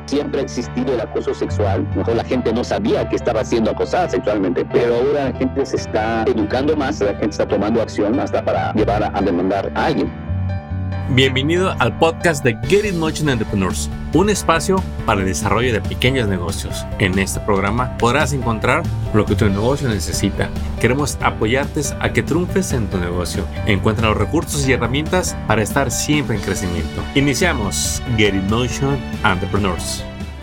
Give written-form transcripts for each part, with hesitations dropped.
siempre ha existido el acoso sexual. A lo mejor la gente no sabía que estaba siendo acosada sexualmente, pero ahora la gente se está educando más, la gente está tomando acción hasta para llevar a demandar a alguien. Bienvenido al podcast de Get It Motion Entrepreneurs, un espacio para el desarrollo de pequeños negocios. En este programa podrás encontrar lo que tu negocio necesita. Queremos apoyarte a que triunfes en tu negocio. Encuentra los recursos y herramientas para estar siempre en crecimiento. Iniciamos Get It Motion Entrepreneurs.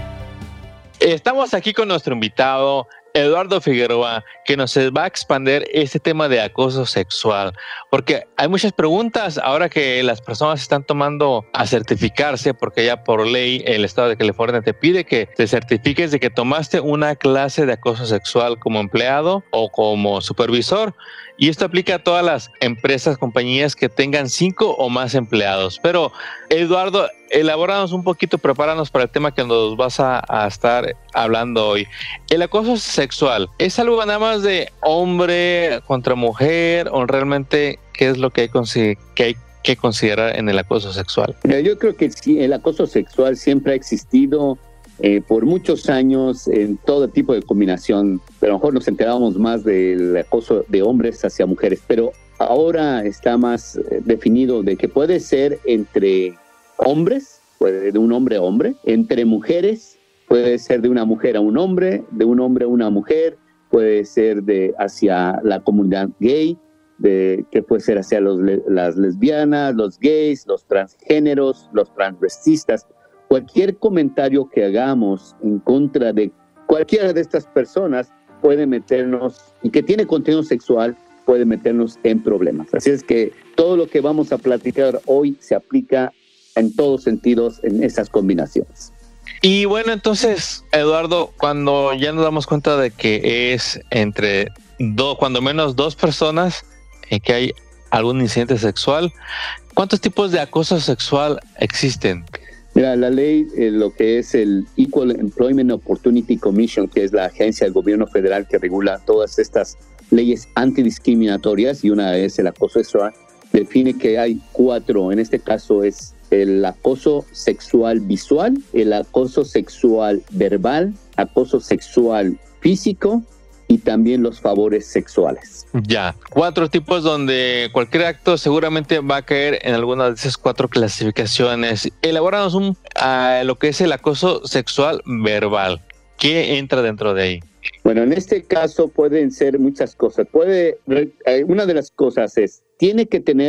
Estamos aquí con nuestro invitado Eduardo Figueroa, que nos va a expandir este tema de acoso sexual, porque hay muchas preguntas ahora que las personas están tomando a certificarse, porque ya por ley el estado de California te pide que te certifiques de que tomaste una clase de acoso sexual como empleado o como supervisor, y esto aplica a todas las empresas, compañías que tengan 5 o más empleados. Pero Eduardo, elabóranos un poquito, prepáranos para el tema que nos vas a estar hablando hoy. El acoso sexual, ¿es algo nada más de hombre contra mujer o realmente qué es lo que hay que considerar en el acoso sexual? Yo creo que sí, el acoso sexual siempre ha existido por muchos años en todo tipo de combinación, pero a lo mejor nos enterábamos más del acoso de hombres hacia mujeres, pero ahora está más definido de que puede ser entre hombres, puede de un hombre a hombre, entre mujeres, puede ser de una mujer a un hombre, de un hombre a una mujer, puede ser hacia la comunidad gay, que puede ser hacia las lesbianas, los gays, los transgéneros, los transvestistas. Cualquier comentario que hagamos en contra de cualquiera de estas personas puede meternos, y que tiene contenido sexual, puede meternos en problemas. Así es que todo lo que vamos a platicar hoy se aplica en todos sentidos en esas combinaciones. Y bueno, entonces, Eduardo, cuando ya nos damos cuenta de que es entre cuando menos 2 personas en que hay algún incidente sexual, ¿cuántos tipos de acoso sexual existen? Mira, la ley, lo que es el Equal Employment Opportunity Commission, que es la agencia del gobierno federal que regula todas estas leyes antidiscriminatorias, y una es el acoso sexual, define que hay 4. En este caso es el acoso sexual visual, el acoso sexual verbal, acoso sexual físico y también los favores sexuales. Ya, 4 tipos donde cualquier acto seguramente va a caer en alguna de esas 4 clasificaciones. Elabóranos lo que es el acoso sexual verbal. ¿Qué entra dentro de ahí? Bueno, en este caso pueden ser muchas cosas. Una de las cosas es, tiene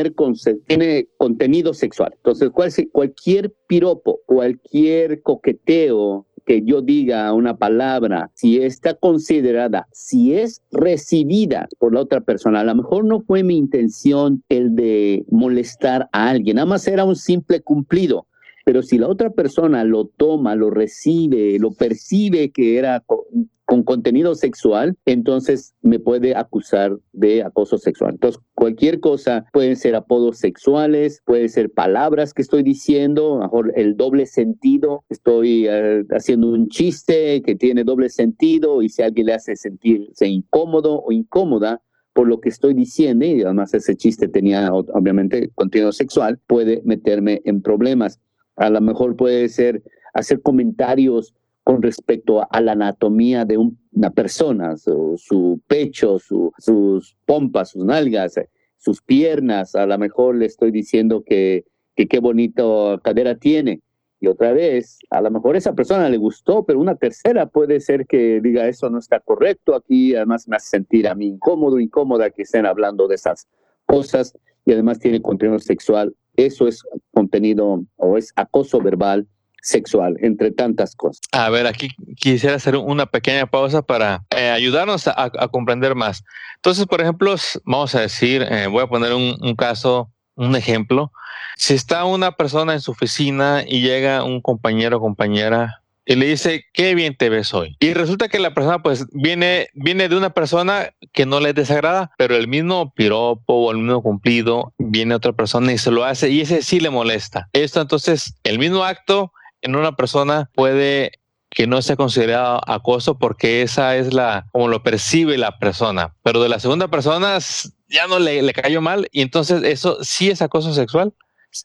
contenido sexual. Entonces, cualquier piropo, cualquier coqueteo que yo diga una palabra, si está considerada, si es recibida por la otra persona, a lo mejor no fue mi intención el de molestar a alguien, nada más era un simple cumplido. Pero si la otra persona lo toma, lo recibe, lo percibe que era con contenido sexual, entonces me puede acusar de acoso sexual. Entonces, cualquier cosa, pueden ser apodos sexuales, pueden ser palabras que estoy diciendo, a lo mejor el doble sentido, estoy haciendo un chiste que tiene doble sentido y si alguien le hace sentirse incómodo o incómoda por lo que estoy diciendo, y además ese chiste tenía obviamente contenido sexual, puede meterme en problemas. A lo mejor puede ser hacer comentarios con respecto a la anatomía de una persona, su pecho, sus pompas, sus nalgas, sus piernas. A lo mejor le estoy diciendo que qué bonita cadera tiene. Y otra vez, a lo mejor a esa persona le gustó, pero una tercera puede ser que diga eso no está correcto aquí, además me hace sentir a mí incómoda que estén hablando de esas cosas y además tiene contenido sexual. Eso es contenido o es acoso verbal sexual, entre tantas cosas. A ver, aquí quisiera hacer una pequeña pausa para ayudarnos a comprender más. Entonces, por ejemplo, vamos a decir, voy a poner un caso, un ejemplo. Si está una persona en su oficina y llega un compañero o compañera y le dice, qué bien te ves hoy. Y resulta que la persona pues viene de una persona que no le desagrada, pero el mismo piropo o el mismo cumplido viene otra persona y se lo hace y ese sí le molesta. Esto entonces, el mismo acto en una persona puede que no sea considerado acoso porque esa es como lo percibe la persona, pero de la segunda persona ya no le cayó mal y entonces eso sí es acoso sexual.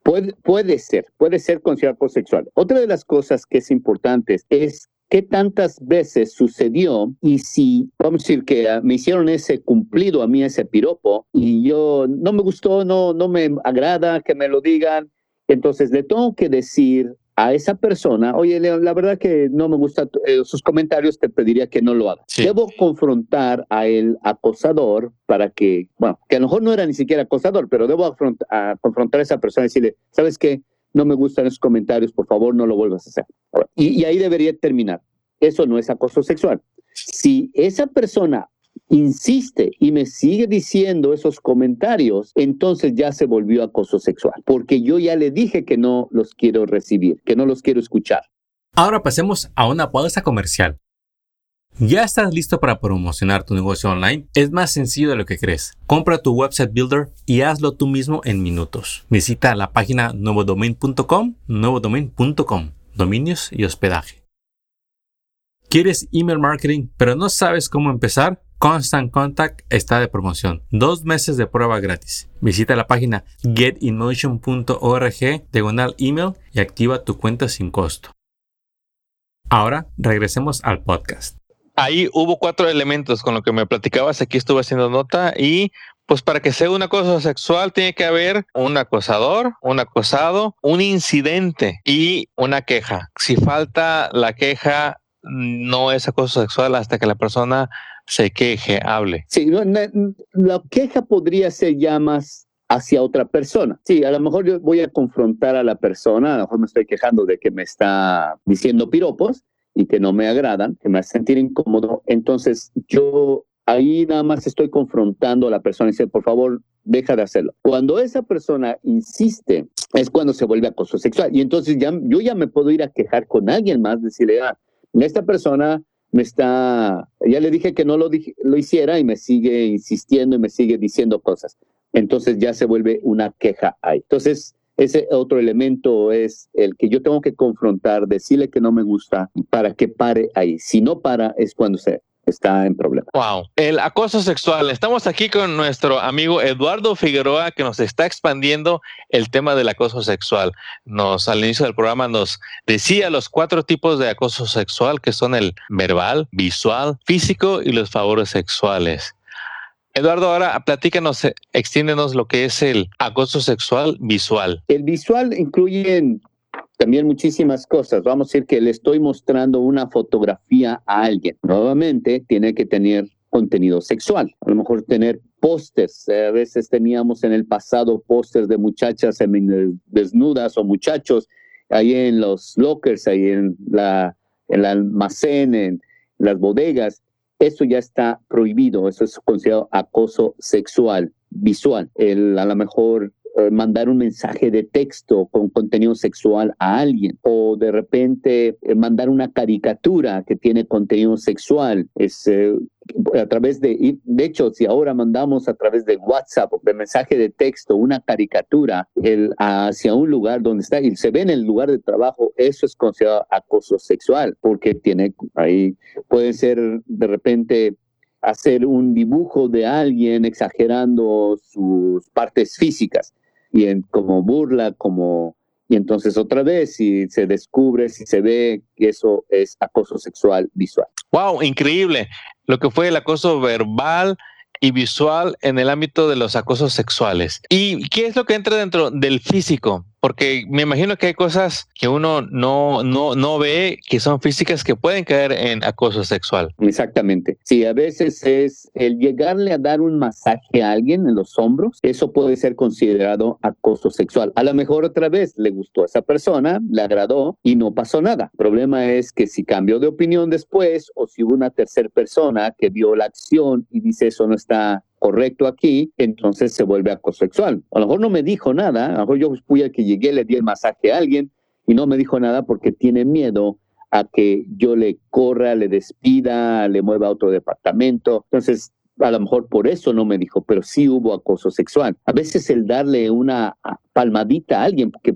Puede ser considerado acoso sexual. Otra de las cosas que es importante es qué tantas veces sucedió y si, vamos a decir que me hicieron ese cumplido a mí, ese piropo, y yo no me gustó, no me agrada que me lo digan, entonces le tengo que decir a esa persona, oye, León, la verdad que no me gustan sus comentarios, te pediría que no lo hagas. Sí. Debo confrontar al acosador para que, bueno, que a lo mejor no era ni siquiera acosador, pero debo confrontar a esa persona y decirle, ¿sabes qué? No me gustan esos comentarios, por favor, no lo vuelvas a hacer. Y ahí debería terminar. Eso no es acoso sexual. Si esa persona insiste y me sigue diciendo esos comentarios, entonces ya se volvió acoso sexual, porque yo ya le dije que no los quiero recibir, que no los quiero escuchar. Ahora pasemos a una pausa comercial. ¿Ya estás listo para promocionar tu negocio online? Es más sencillo de lo que crees. Compra tu website builder y hazlo tú mismo en minutos. Visita la página nuevodomain.com, dominios y hospedaje. ¿Quieres email marketing pero no sabes cómo empezar? Constant Contact está de promoción. 2 meses de prueba gratis. Visita la página getinmotion.org/email y activa tu cuenta sin costo. Ahora regresemos al podcast. Ahí hubo 4 elementos con lo que me platicabas. Aquí estuve haciendo nota y pues para que sea un acoso sexual tiene que haber un acosador, un acosado, un incidente y una queja. Si falta la queja, no es acoso sexual hasta que la persona se queje, hable. Sí, la queja podría ser ya más hacia otra persona. Sí, a lo mejor yo voy a confrontar a la persona, a lo mejor me estoy quejando de que me está diciendo piropos y que no me agradan, que me hacen sentir incómodo. Entonces yo ahí nada más estoy confrontando a la persona y dice, por favor, deja de hacerlo. Cuando esa persona insiste, es cuando se vuelve acoso sexual. Y entonces yo ya me puedo ir a quejar con alguien más, decirle, esta persona ya le dije que no lo hiciera y me sigue insistiendo y me sigue diciendo cosas. Entonces ya se vuelve una queja ahí. Entonces ese otro elemento es el que yo tengo que confrontar, decirle que no me gusta para que pare ahí. Si no para es cuando se está en problema. Wow. El acoso sexual. Estamos aquí con nuestro amigo Eduardo Figueroa, que nos está expandiendo el tema del acoso sexual. Al inicio del programa nos decía los 4 tipos de acoso sexual, que son el verbal, visual, físico y los favores sexuales. Eduardo, ahora platícanos, extiéndenos lo que es el acoso sexual visual. El visual incluye también muchísimas cosas. Vamos a decir que le estoy mostrando una fotografía a alguien. Nuevamente, tiene que tener contenido sexual. A lo mejor tener pósters. A veces teníamos en el pasado pósters de muchachas desnudas o muchachos ahí en los lockers, ahí en el almacén, en las bodegas. Eso ya está prohibido. Eso es considerado acoso sexual visual. A lo mejor mandar un mensaje de texto con contenido sexual a alguien o de repente mandar una caricatura que tiene contenido sexual. A través de hecho, si ahora mandamos a través de WhatsApp o de mensaje de texto una caricatura hacia un lugar donde está y se ve en el lugar de trabajo, eso es considerado acoso sexual porque puede ser de repente hacer un dibujo de alguien exagerando sus partes físicas y como burla, y entonces otra vez si se descubre, si se ve que eso es acoso sexual visual. ¡Wow! Increíble. Lo que fue el acoso verbal y visual en el ámbito de los acosos sexuales. ¿Y qué es lo que entra dentro del físico? Porque me imagino que hay cosas que uno no ve que son físicas que pueden caer en acoso sexual. Exactamente. Sí, a veces es el llegarle a dar un masaje a alguien en los hombros. Eso puede ser considerado acoso sexual. A lo mejor otra vez le gustó a esa persona, le agradó y no pasó nada. El problema es que si cambió de opinión después o si hubo una tercera persona que vio la acción y dice eso no está correcto aquí, entonces se vuelve acoso sexual. A lo mejor no me dijo nada, a lo mejor yo fui el que llegué, le di el masaje a alguien y no me dijo nada porque tiene miedo a que yo le corra, le despida, le mueva a otro departamento. Entonces, a lo mejor por eso no me dijo, pero sí hubo acoso sexual. A veces el darle una palmadita a alguien, porque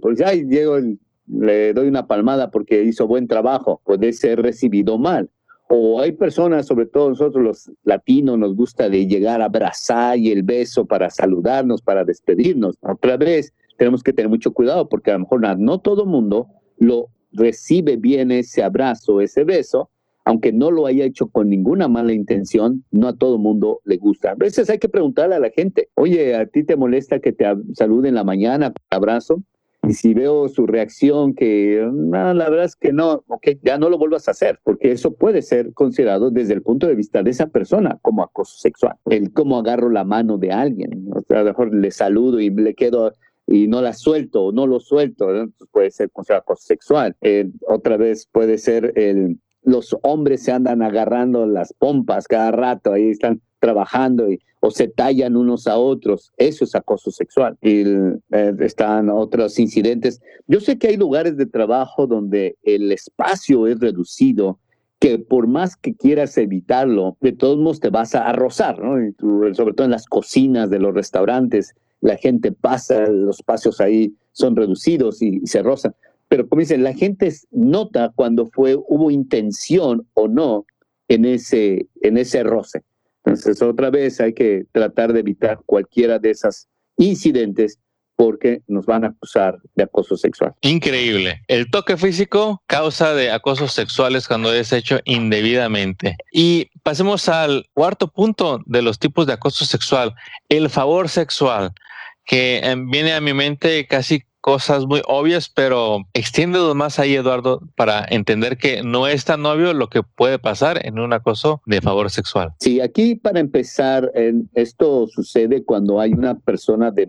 le doy una palmada porque hizo buen trabajo, puede ser recibido mal. O hay personas, sobre todo nosotros los latinos, nos gusta de llegar a abrazar y el beso para saludarnos, para despedirnos. Otra vez, tenemos que tener mucho cuidado porque a lo mejor no todo mundo lo recibe bien ese abrazo, ese beso, aunque no lo haya hecho con ninguna mala intención, no a todo mundo le gusta. A veces hay que preguntarle a la gente, oye, ¿a ti te molesta que te salude en la mañana con un abrazo? Y si veo su reacción que, no, la verdad es que no, okay, ya no lo vuelvas a hacer, porque eso puede ser considerado desde el punto de vista de esa persona como acoso sexual. El cómo agarro la mano de alguien, o sea, a lo mejor le saludo y le quedo y no la suelto o no lo suelto, ¿no? Entonces puede ser considerado acoso sexual. Otra vez puede ser los hombres se andan agarrando las pompas cada rato, ahí están trabajando o se tallan unos a otros. Eso es acoso sexual. Y están otros incidentes. Yo sé que hay lugares de trabajo donde el espacio es reducido, que por más que quieras evitarlo, de todos modos te vas a rozar, ¿no? Y sobre todo en las cocinas de los restaurantes, la gente pasa, los espacios ahí son reducidos y se rozan. Pero como dicen, la gente nota cuando hubo intención o no en ese roce. Entonces, otra vez hay que tratar de evitar cualquiera de esos incidentes porque nos van a acusar de acoso sexual. Increíble. El toque físico causa de acosos sexuales cuando es hecho indebidamente. Y pasemos al cuarto punto de los tipos de acoso sexual, el favor sexual, que viene a mi mente casi cosas muy obvias, pero extiéndelo más ahí, Eduardo, para entender que no es tan obvio lo que puede pasar en un acoso de favor sexual. Sí, aquí para empezar, esto sucede cuando hay una persona de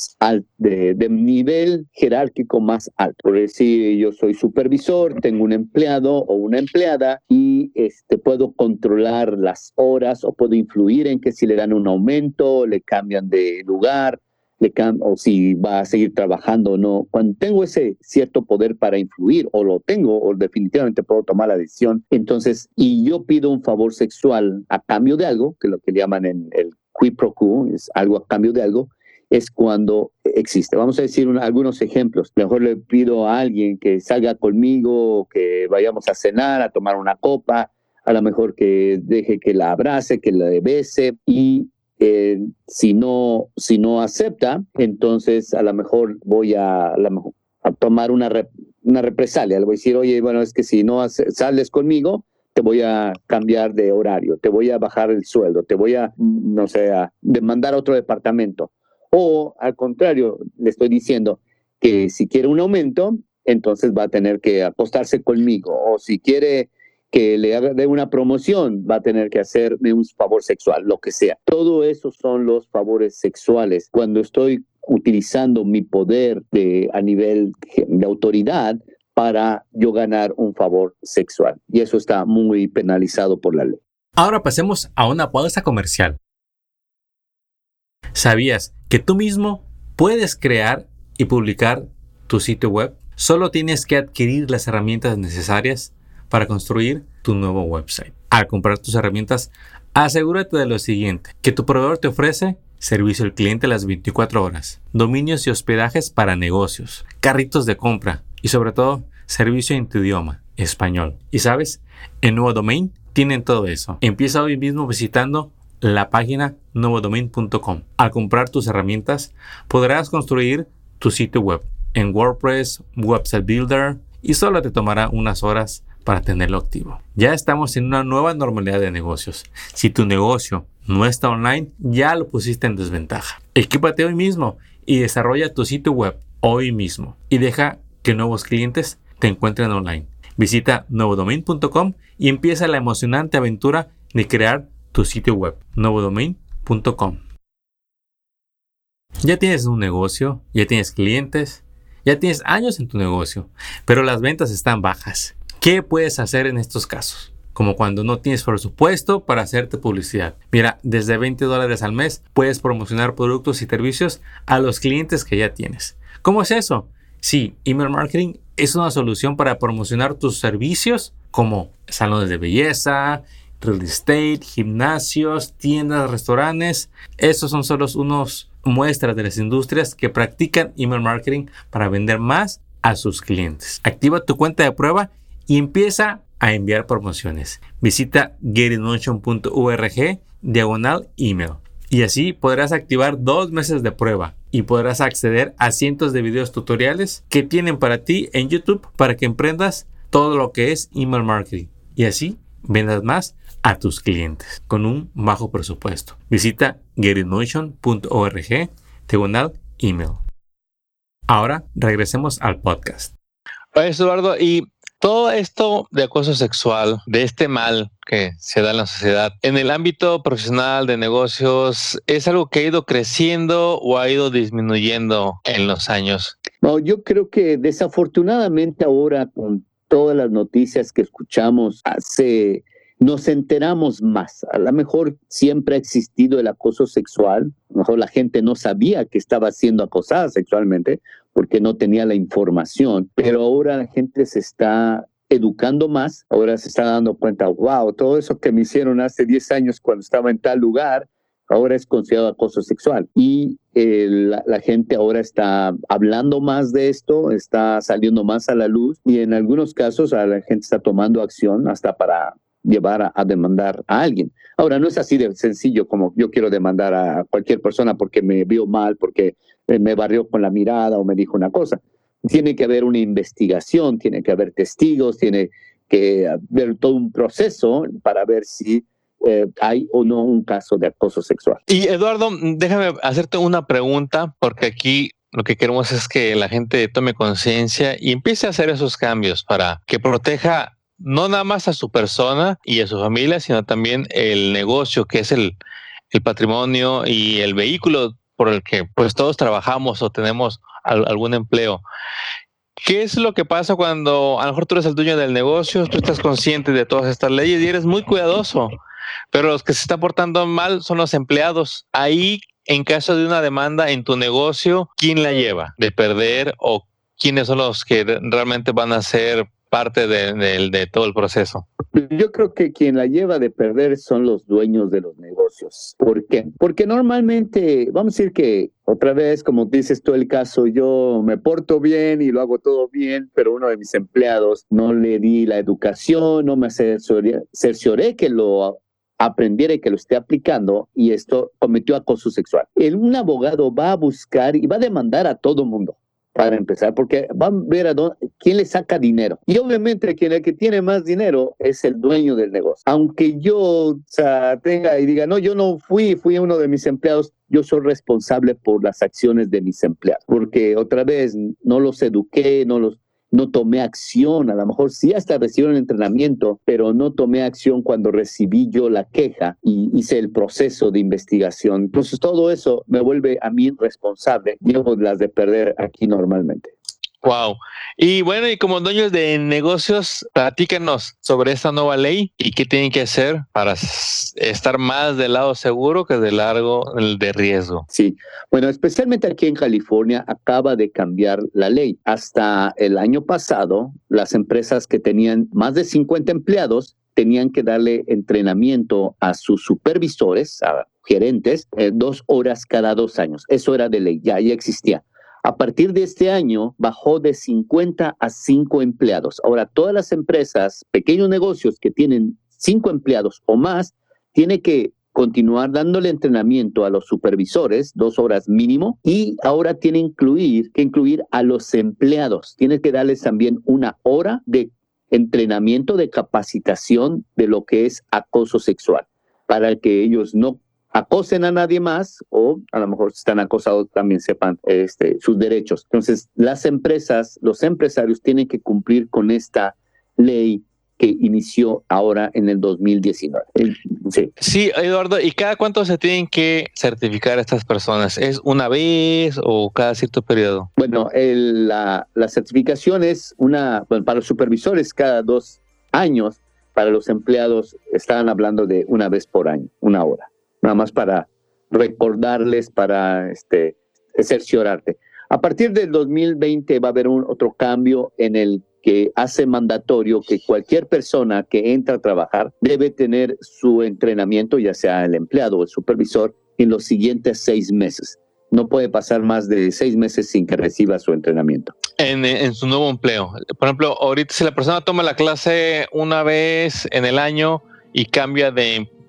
nivel jerárquico más alto. Por decir, yo soy supervisor, tengo un empleado o una empleada y puedo controlar las horas o puedo influir en que si le dan un aumento, le cambian de lugar, o si va a seguir trabajando o no. Cuando tengo ese cierto poder para influir, o lo tengo, o definitivamente puedo tomar la decisión, entonces, y yo pido un favor sexual a cambio de algo, que es lo que llaman en el quid pro quo, es algo a cambio de algo, es cuando existe. Vamos a decir algunos ejemplos. Mejor le pido a alguien que salga conmigo, que vayamos a cenar, a tomar una copa, a lo mejor que deje que la abrace, que la bese, y si no acepta, entonces a lo mejor voy a tomar una represalia. Le voy a decir, oye, bueno, es que si no sales conmigo, te voy a cambiar de horario, te voy a bajar el sueldo, te voy a, no sé, a demandar a otro departamento. O al contrario, le estoy diciendo que si quiere un aumento, entonces va a tener que acostarse conmigo. O si quiere que le haga de una promoción, va a tener que hacerme un favor sexual, lo que sea. Todo eso son los favores sexuales. Cuando estoy utilizando mi poder a nivel de autoridad para yo ganar un favor sexual. Y eso está muy penalizado por la ley. Ahora pasemos a una pausa comercial. ¿Sabías que tú mismo puedes crear y publicar tu sitio web? Solo tienes que adquirir las herramientas necesarias para construir tu nuevo website. Al comprar tus herramientas, asegúrate de lo siguiente: que tu proveedor te ofrece servicio al cliente a las 24 horas, dominios y hospedajes para negocios, carritos de compra y sobre todo, servicio en tu idioma, español. Y sabes, en Nuevo Domain tienen todo eso. Empieza hoy mismo visitando la página nuevodomain.com. Al comprar tus herramientas, podrás construir tu sitio web en WordPress, Website Builder y solo te tomará unas horas para tenerlo activo. Ya estamos en una nueva normalidad de negocios. Si tu negocio no está online, ya lo pusiste en desventaja. Equípate hoy mismo y desarrolla tu sitio web hoy mismo y deja que nuevos clientes te encuentren online. Visita nuevodomain.com y empieza la emocionante aventura de crear tu sitio web. nuevodomain.com. Ya tienes un negocio, ya tienes clientes, ya tienes años en tu negocio, pero las ventas están bajas. ¿Qué puedes hacer en estos casos? Como cuando no tienes presupuesto para hacerte publicidad. Mira, desde $20 al mes puedes promocionar productos y servicios a los clientes que ya tienes. ¿Cómo es eso? Sí, email marketing es una solución para promocionar tus servicios como salones de belleza, real estate, gimnasios, tiendas, restaurantes. Esos son solo unos muestras de las industrias que practican email marketing para vender más a sus clientes. Activa tu cuenta de prueba y empieza a enviar promociones. Visita getinmotion.org/email Y así podrás activar 2 meses de prueba y podrás acceder a cientos de videos tutoriales que tienen para ti en YouTube para que emprendas todo lo que es email marketing y así vendas más a tus clientes con un bajo presupuesto. Visita getinmotion.org/email. Ahora regresemos al podcast. Oye, Eduardo, y todo esto de acoso sexual, de este mal que se da en la sociedad, en el ámbito profesional de negocios, ¿es algo que ha ido creciendo o ha ido disminuyendo en los años? No, yo creo que desafortunadamente ahora con todas las noticias que escuchamos, nos enteramos más. A lo mejor siempre ha existido el acoso sexual, a lo mejor la gente no sabía que estaba siendo acosada sexualmente porque no tenía la información, pero ahora la gente se está educando más, ahora se está dando cuenta, wow, todo eso que me hicieron hace 10 años cuando estaba en tal lugar, ahora es considerado acoso sexual. Y la gente ahora está hablando más de esto, está saliendo más a la luz y en algunos casos la gente está tomando acción hasta para llevar a demandar a alguien. Ahora, no es así de sencillo como yo quiero demandar a cualquier persona porque me vio mal, porque me barrió con la mirada o me dijo una cosa. Tiene que haber una investigación, tiene que haber testigos, tiene que haber todo un proceso para ver si hay o no un caso de acoso sexual. Y Eduardo, déjame hacerte una pregunta, porque aquí lo que queremos es que la gente tome conciencia y empiece a hacer esos cambios para que proteja no nada más a su persona y a su familia, sino también el negocio, que es el patrimonio y el vehículo por el que pues todos trabajamos o tenemos algún empleo. ¿Qué es lo que pasa cuando a lo mejor tú eres el dueño del negocio, tú estás consciente de todas estas leyes y eres muy cuidadoso, pero los que se están portando mal son los empleados? Ahí, en caso de una demanda en tu negocio, ¿quién la lleva de perder o quiénes son los que realmente van a ser parte de todo el proceso? Yo creo que quien la lleva de perder son los dueños de los negocios. ¿Por qué? Porque normalmente, vamos a decir que otra vez, como dices tú el caso, yo me porto bien y lo hago todo bien, pero uno de mis empleados no le di la educación, no me cercioré que lo aprendiera y que lo esté aplicando y esto cometió acoso sexual. Un abogado va a buscar y va a demandar a todo mundo. Para empezar, porque van a ver quién le saca dinero. Y obviamente el que tiene más dinero es el dueño del negocio. Aunque yo tenga y diga, no, yo no fui uno de mis empleados, yo soy responsable por las acciones de mis empleados. Porque otra vez no los eduqué, no tomé acción. A lo mejor sí hasta recibieron el entrenamiento, pero no tomé acción cuando recibí yo la queja y hice el proceso de investigación. Entonces todo eso me vuelve a mí responsable. Llevo las de perder aquí normalmente. Wow. Y bueno, y como dueños de negocios, platícanos sobre esta nueva ley y qué tienen que hacer para estar más del lado seguro que del lado de riesgo. Sí, bueno, especialmente aquí en California acaba de cambiar la ley. Hasta el año pasado, las empresas que tenían más de 50 empleados tenían que darle entrenamiento a sus supervisores, a gerentes, 2 horas cada 2 años. Eso era de ley, ya existía. A partir de este año bajó de 50 a 5 empleados. Ahora, todas las empresas, pequeños negocios que tienen 5 empleados o más, tienen que continuar dándole entrenamiento a los supervisores, 2 horas mínimo, y ahora tienen que incluir a los empleados. Tienen que darles también 1 hora de entrenamiento, de capacitación de lo que es acoso sexual, para que ellos no acosen a nadie más o a lo mejor si están acosados también sepan sus derechos. Entonces, las empresas, los empresarios tienen que cumplir con esta ley que inició ahora en el 2019. Sí, Eduardo, ¿y cada cuánto se tienen que certificar estas personas? ¿Es una vez o cada cierto periodo? Bueno, la certificación es para los supervisores cada 2 años, para los empleados estaban hablando de 1 vez por año, 1 hora. Nada más para recordarles, para cerciorarte. A partir del 2020 va a haber otro cambio en el que hace mandatorio que cualquier persona que entra a trabajar debe tener su entrenamiento, ya sea el empleado o el supervisor, en los siguientes 6 meses. No puede pasar más de 6 meses sin que reciba su entrenamiento. En su nuevo empleo. Por ejemplo, ahorita si la persona toma la clase 1 vez en el año y cambia de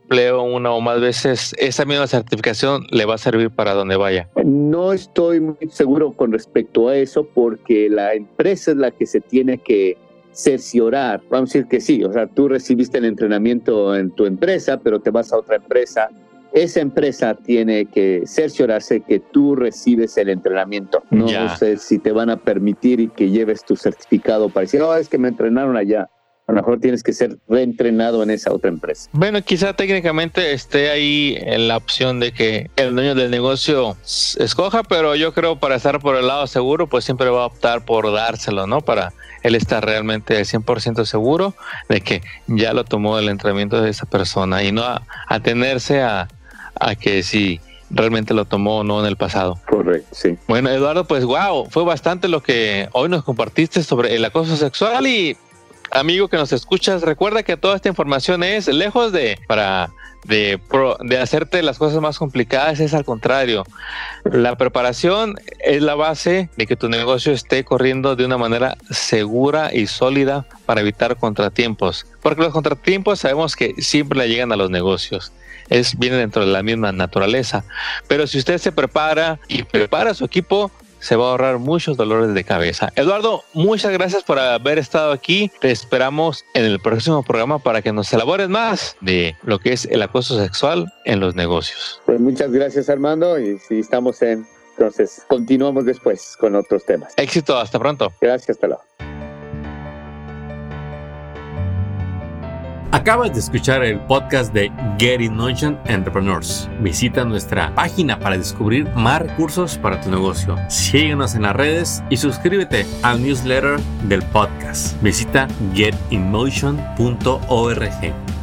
empleo una o más veces, esa misma certificación le va a servir para donde vaya. No estoy muy seguro con respecto a eso, porque la empresa es la que se tiene que cerciorar. Vamos a decir que sí, o sea, tú recibiste el entrenamiento en tu empresa, pero te vas a otra empresa. Esa empresa tiene que cerciorarse que tú recibes el entrenamiento. No sé si te van a permitir y que lleves tu certificado para decir, es que me entrenaron allá. A lo mejor tienes que ser reentrenado en esa otra empresa. Bueno, quizá técnicamente esté ahí en la opción de que el dueño del negocio escoja, pero yo creo para estar por el lado seguro, pues siempre va a optar por dárselo, ¿no? Para él estar realmente 100% seguro de que ya lo tomó el entrenamiento de esa persona y no atenerse a que si realmente lo tomó o no en el pasado. Correcto, sí. Bueno, Eduardo, pues fue bastante lo que hoy nos compartiste sobre el acoso sexual. Y amigo que nos escuchas, recuerda que toda esta información es lejos de hacerte las cosas más complicadas, es al contrario. La preparación es la base de que tu negocio esté corriendo de una manera segura y sólida para evitar contratiempos, porque los contratiempos sabemos que siempre le llegan a los negocios. Viene dentro de la misma naturaleza, pero si usted se prepara y prepara a su equipo, se va a ahorrar muchos dolores de cabeza. Eduardo, muchas gracias por haber estado aquí. Te esperamos en el próximo programa para que nos elabores más de lo que es el acoso sexual en los negocios. Pues muchas gracias, Armando, y si estamos entonces continuamos después con otros temas. Éxito, hasta pronto. Gracias, hasta luego. Acabas de escuchar el podcast de Get in Motion Entrepreneurs. Visita nuestra página para descubrir más recursos para tu negocio. Síguenos en las redes y suscríbete al newsletter del podcast. Visita getinmotion.org.